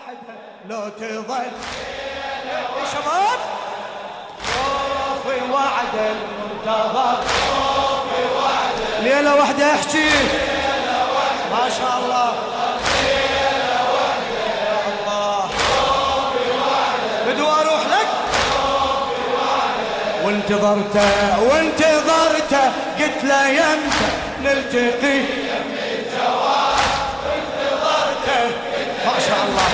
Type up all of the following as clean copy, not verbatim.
وحده لو تظل يا شباب شوفي وعد المنتظر ليلة واحدة احكي ما شاء الله يا الله بدو اروح لك وانتظرته قلت له يمتى نلتقي وانتظرته ما شاء الله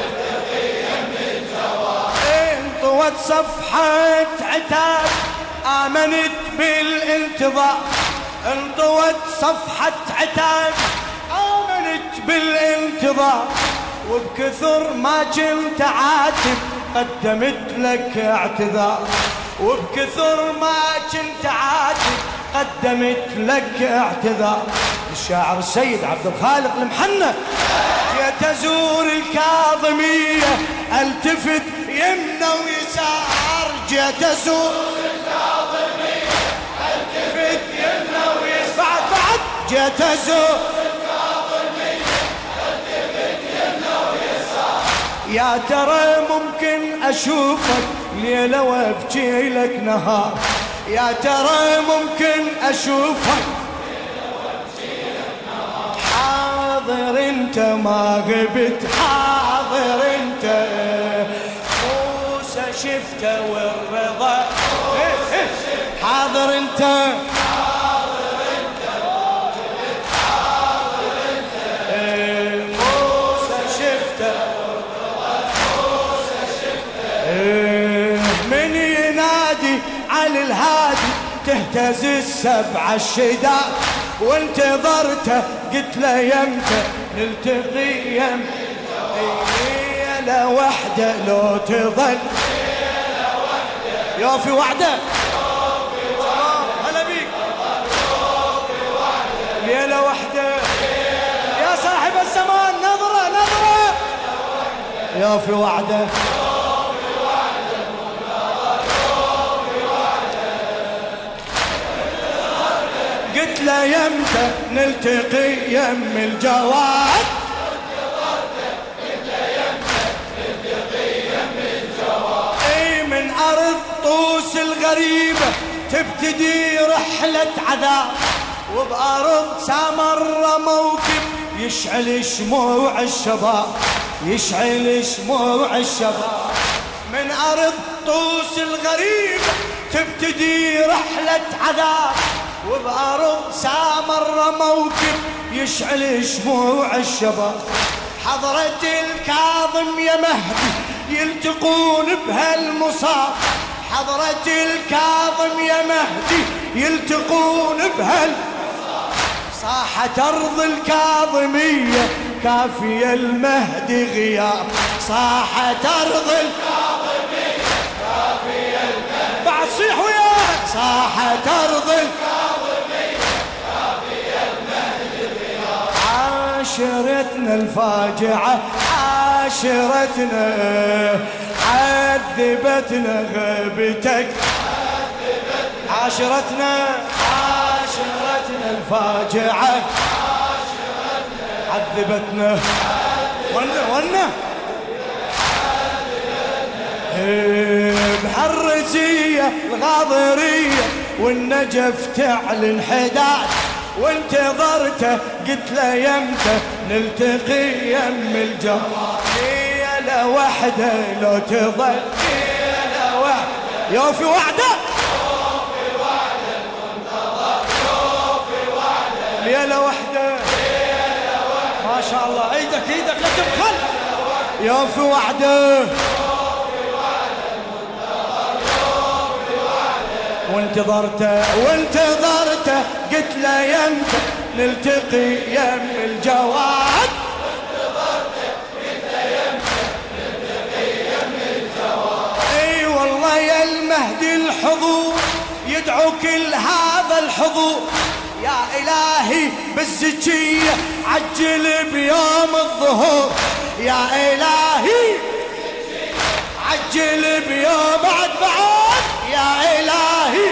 انطوت صفحة عتاب آمنت بالانتظار انطوت صفحة عتاب آمنت بالانتظار وبكثر ما كنت عاتب قدمت لك اعتذار وبكثر ما كنت عاتب قدمت لك اعتذار. الشاعر السيد عبد الخالق المحنى جيت ازور الكاظمية التفت يمنى ويسار جيت ازور الكاظمية التفت يمنى ويسار بعد جيت ازور الكاظمية التفت يمنى ويسار يا ترى ممكن اشوفك ليلة وابكي لك نهار يا ترى ممكن اشوفك ليلة وابكي لك نهار حاضر انت ما غبت حاضر انت موسى شفته والرضا حاضر انت حاضر انت ما غبت حاضر انت موسى شفته والرضا موسى شفته من ينادي على الهادي تهتز السبع الشداد وانتظرته قلت له يمتى نلتقي يمتى ليلة وحده لو تظل يا في وعده هلا بيك ليلة وحده يا صاحب الزمان نظرة نظرة يا في وعده قلت له يمتى نلتقي يم الجواد قلت له يمتى نلتقي يم الجواد اي من ارض طوس الغريبة تبتدي رحلة عذاب وبأرض سامرة موكب يشعل شموع الشباب يشعل شموع الشباب من ارض طوس الغريبة تبتدي رحلة عذاب وبأرض سامر موكب يشعل شموع الشباب حضرة الكاظم يا مهدي يلتقون بهالمصاب حضرة الكاظم يا مهدي يلتقون بهالمصاب صاحت أرض الكاظمية كافية المهدي غياب صاحت أرض الكاظمية كافية المهدي بعد صيح وياه صاحت أرض عاشرتنا الفاجعة عاشرتنا عذبتنا غيبتك عاشرتنا الفاجعة عذبتنا ونا بحرزية الغاضرية والنجف تعلن حداد وانتظرته قلت له يمتى نلتقي يم الجواد ليلة وحده لو تظل ليلة وحده يا في وعده المنتظر في وعده ليلة وحده ما شاء الله ايدك لا تبخل يا في وعده وانتظرته قلت له يمتى نلتقي يم الجواد وانتظرته قلت له يمتى نلتقي يم الجواد اي والله يا المهدي الحضور يدعو كل هذا الحضور يا الهي بالزكية عجل بيوم الظهور يا الهي عجل بيوم بعد يا إلهي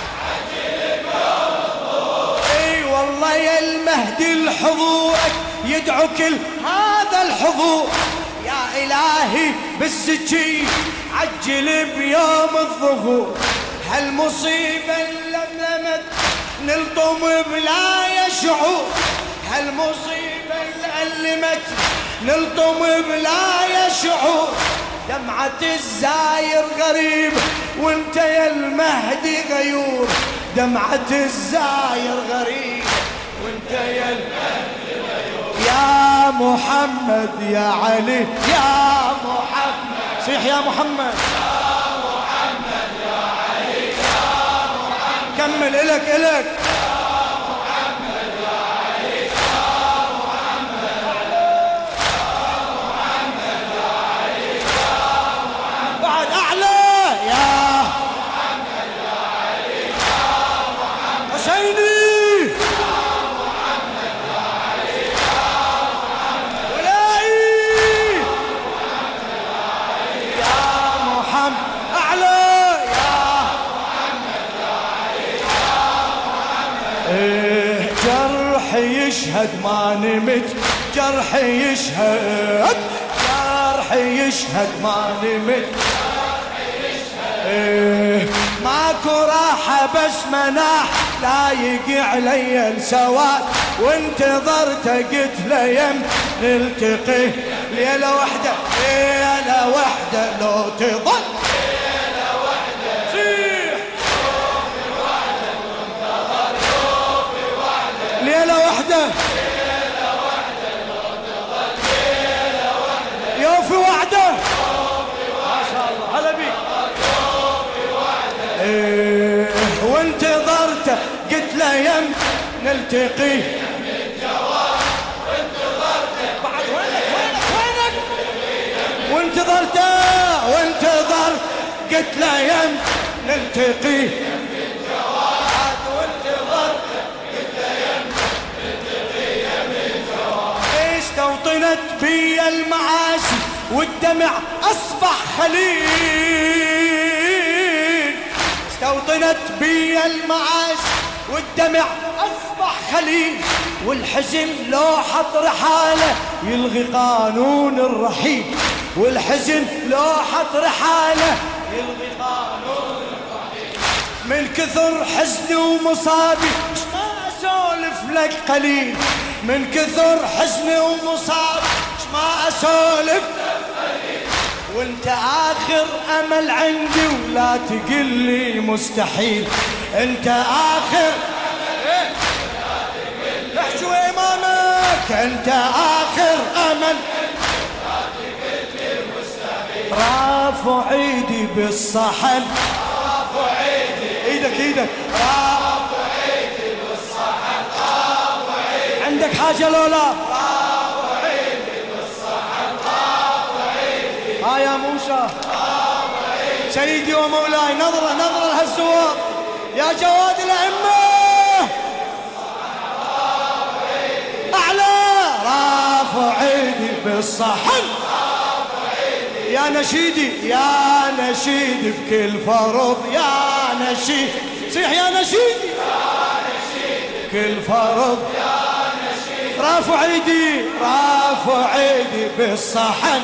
عجل بيوم الظهور اي والله يا المهدي الحضورك يدعو كل هذا الحضور. يا إلهي بالزكي عجل بيوم الظهور، هالمصيبة اللي نلطم بلا شعور، هالمصيبة اللي نلطم بلا شعور. دمعة الزاير غريب وانت يا المهدي غيور، دمعة الزاير غريب وانت يا المهدي غيور. يا محمد يا علي يا محمد، صيح يا محمد يا محمد يا علي يا محمد. كمل إلك يا محمد يا علي يا محمد يا محمد يا علي يا محمد. بعد أعلى يا محمد يا علي يا محمد. حسيني يشهد ما نمت، جرحي يشهد، جرحي يشهد ما نمت، ماكو راحة بس مناح لايق علي السواد، وانتظرت قلت ليم نلتقي ليلة واحدة، ليلة واحدة لو تظل ليلة واحدة. صيح ليلة واحدة، ليلة واحدة لو تظل ليلة واحدة. يوفي وعده ما شاء الله هلا بيك. يوفي وعده وانتظرته قلت له يم نلتقي يم الجواب، وانتظرته بعد وينك وانتظرته وانتظر قلت له يم نلتقي يم الجواب، وانتظرته استوطنت بي المعاصي والدمع أصبح خليل، استوطنت بي المعاصي والدمع أصبح خليل، والحزن لو حط رحاله يلغي قانون الرحيل، والحزن لو حط رحاله يلغي قانون الرحيل. من كثر حزني ومصابي ما أسولف لك قليل، من كثر حزني ومصابي ما أسولف وانت آخر أمل عندي، ولا تقل لي مستحيل، انت آخر أمل لا تقل لي احجوا إمامك، انت آخر أمل لا تقل لي مستحيل. رافع ايدي بالصحن، رافع ايدي ايدك رافع ايدي بالصحن، رافع ايدي. عندك حاجة لولا؟ رافع ايدي بالصحن، رافع ايدي. ها يا موسى سيدي ومولاي، نظرة لهالزوار يا جواد الأئمة. أعلى رافع ايدي بالصحن، يا نشيدي يا نشيدي بكل فرض، يا نشيد صيح يا نشيدي يا نشيدي بكل فرض، يا نشيد. رافع ايدي بالصحن،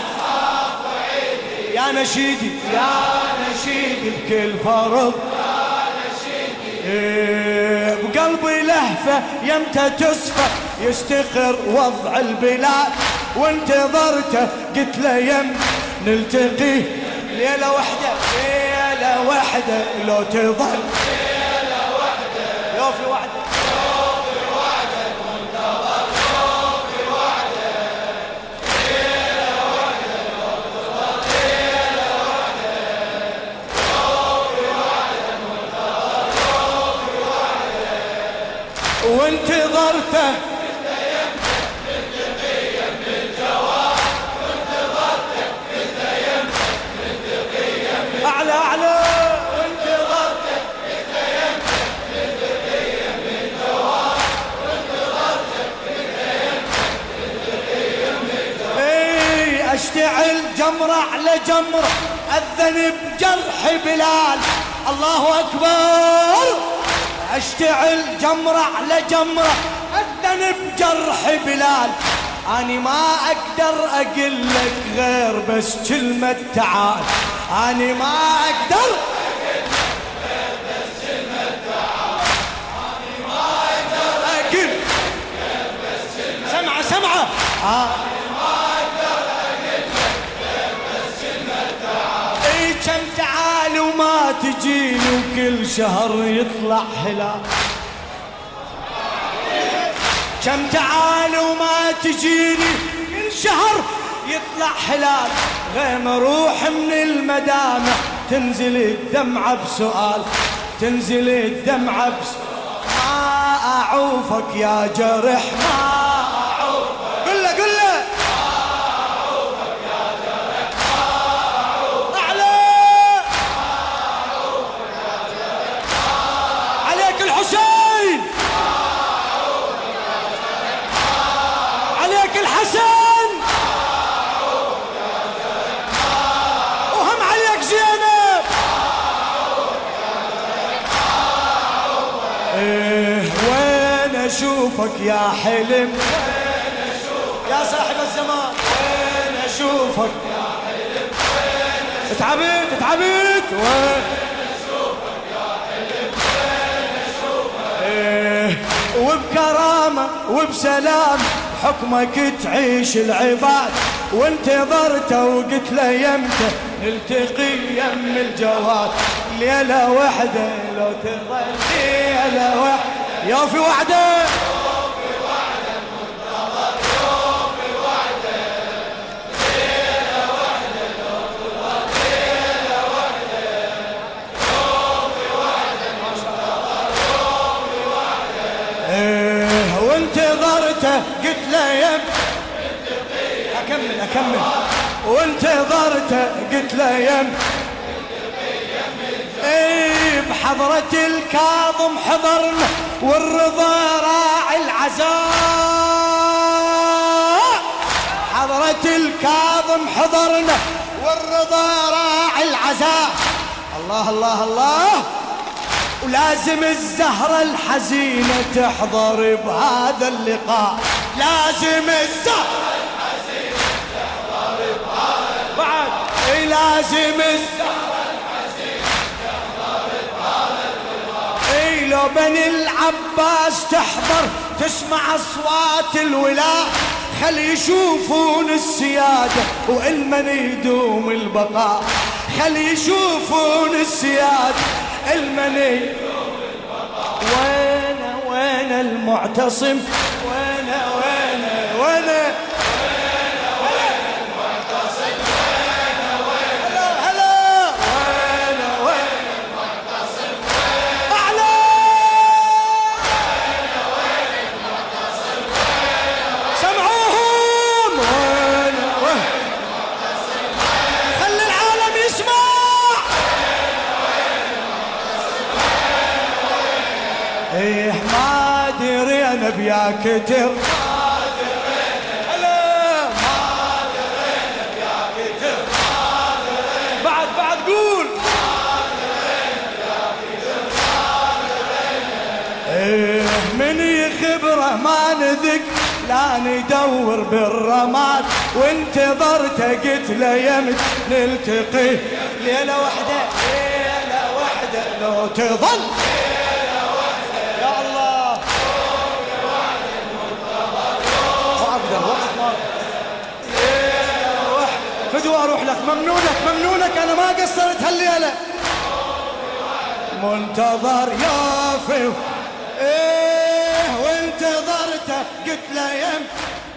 يا نشيدي يا نشيدي بكل فرض، يا نشيدي. بقلبي لهفة يمتى تصفى يستقر وضع البلاد، وانتظرته قلت له يم نلتقي ليلة واحدة، ليلة واحدة لو تظل ليلة واحدة. يوفي وعده يوفي وعده منتظر، يوفي وعده ليلة واحدة لو تظل ليلة واحدة، يوفي وعده منتظر، يوفي وعده. وانتظرته اشتعل جمرة على جمرة أذن بجرح بلال، الله أكبر. اشتعل جمرة على جمرة أذن بجرح بلال، أني ما أقدر أقول لك غير بس كلمة تعال. أني ما أقدر أقول لك غير بس كلمة تعال. أني ما أقدر أقول غير بس كلمة. سمعة أني ما أقدر أقول لك غير بس كلمة تعال. إي كم تعال وما تجيني وكل شهر يطلع هلال. كم تعال وما تجيني كل شهر يطلع هلال. غيم روح من المدامع تنزل الدمعة بسؤال. تنزل الدمعة بسؤال. ما أعوفك يا جرح ما أعوفك. قل له قل له ما أعوفك يا جرح ما أعوفك. أعلى ما أعوفك يا جرح ما أعوفك. عليك الحسين عليك الحسن وهم عليك زينب. إيه وين أشوفك يا حلم. وين أشوفك يا صاحب الزمان. وين أشوفك يا حلم. وين أشوفك. تعبت وين أشوفك يا حلم. وين أشوفك. إيه وبكرامة وبسلام حكمك تعيش العباد. وانتظرته وقلت له يمتى نلتقي يم الجواد. ليلة وحدة لو تظل ليلة وحدة. يا في وحدة يوم في وحدة المنتظر. يوم في وحدة ليلة وحدة لو تظل ليلة وحدة. يوم في وحدة المنتظر. يوم في وحدة. وانتظرته قلت له يمتى أكمل وانتظرته قلت له يمتى. اي بحضرة الكاظم حضرنا والرضا راعي العزاء. حضرة الكاظم حضرنا والرضا راعي العزاء. الله الله الله. ولازم الزهرة الحزينة تحضر بهذا اللقاء. لازم الزهرة الحزينة تحضر بهذا اللقاء. بعد اي لازم الزهرة الحزينة تحضر بهذا اللقاء. اي لو بني العباس تحضر تسمع اصوات الولاء. خل يشوفون السيادة والمن يدوم البقاء. خل يشوفون السيادة المني. وين المعتصم. وين المعتصم. هلا وين المعتصم. أعلى وين المعتصم. سمعوهم. وين المعتصم. خلي العالم يسمع. ايه ما درينا بيا كتر. ما درينا. هلا ما درينا بيا كتر. ما درينا. بعد قول. ما درينا بيا كتر. ما درينا. ايه من يخبره ما نذق لا ندور بالرماد. وانتظرته قلت له يمت نلتقي ليلة وحدة. ليلة وحدة لو تظل. فدوى اروح لك. ممنونك انا ما قصرت هالليله. منتظر يا في. ايه وانتظرته قلت له يم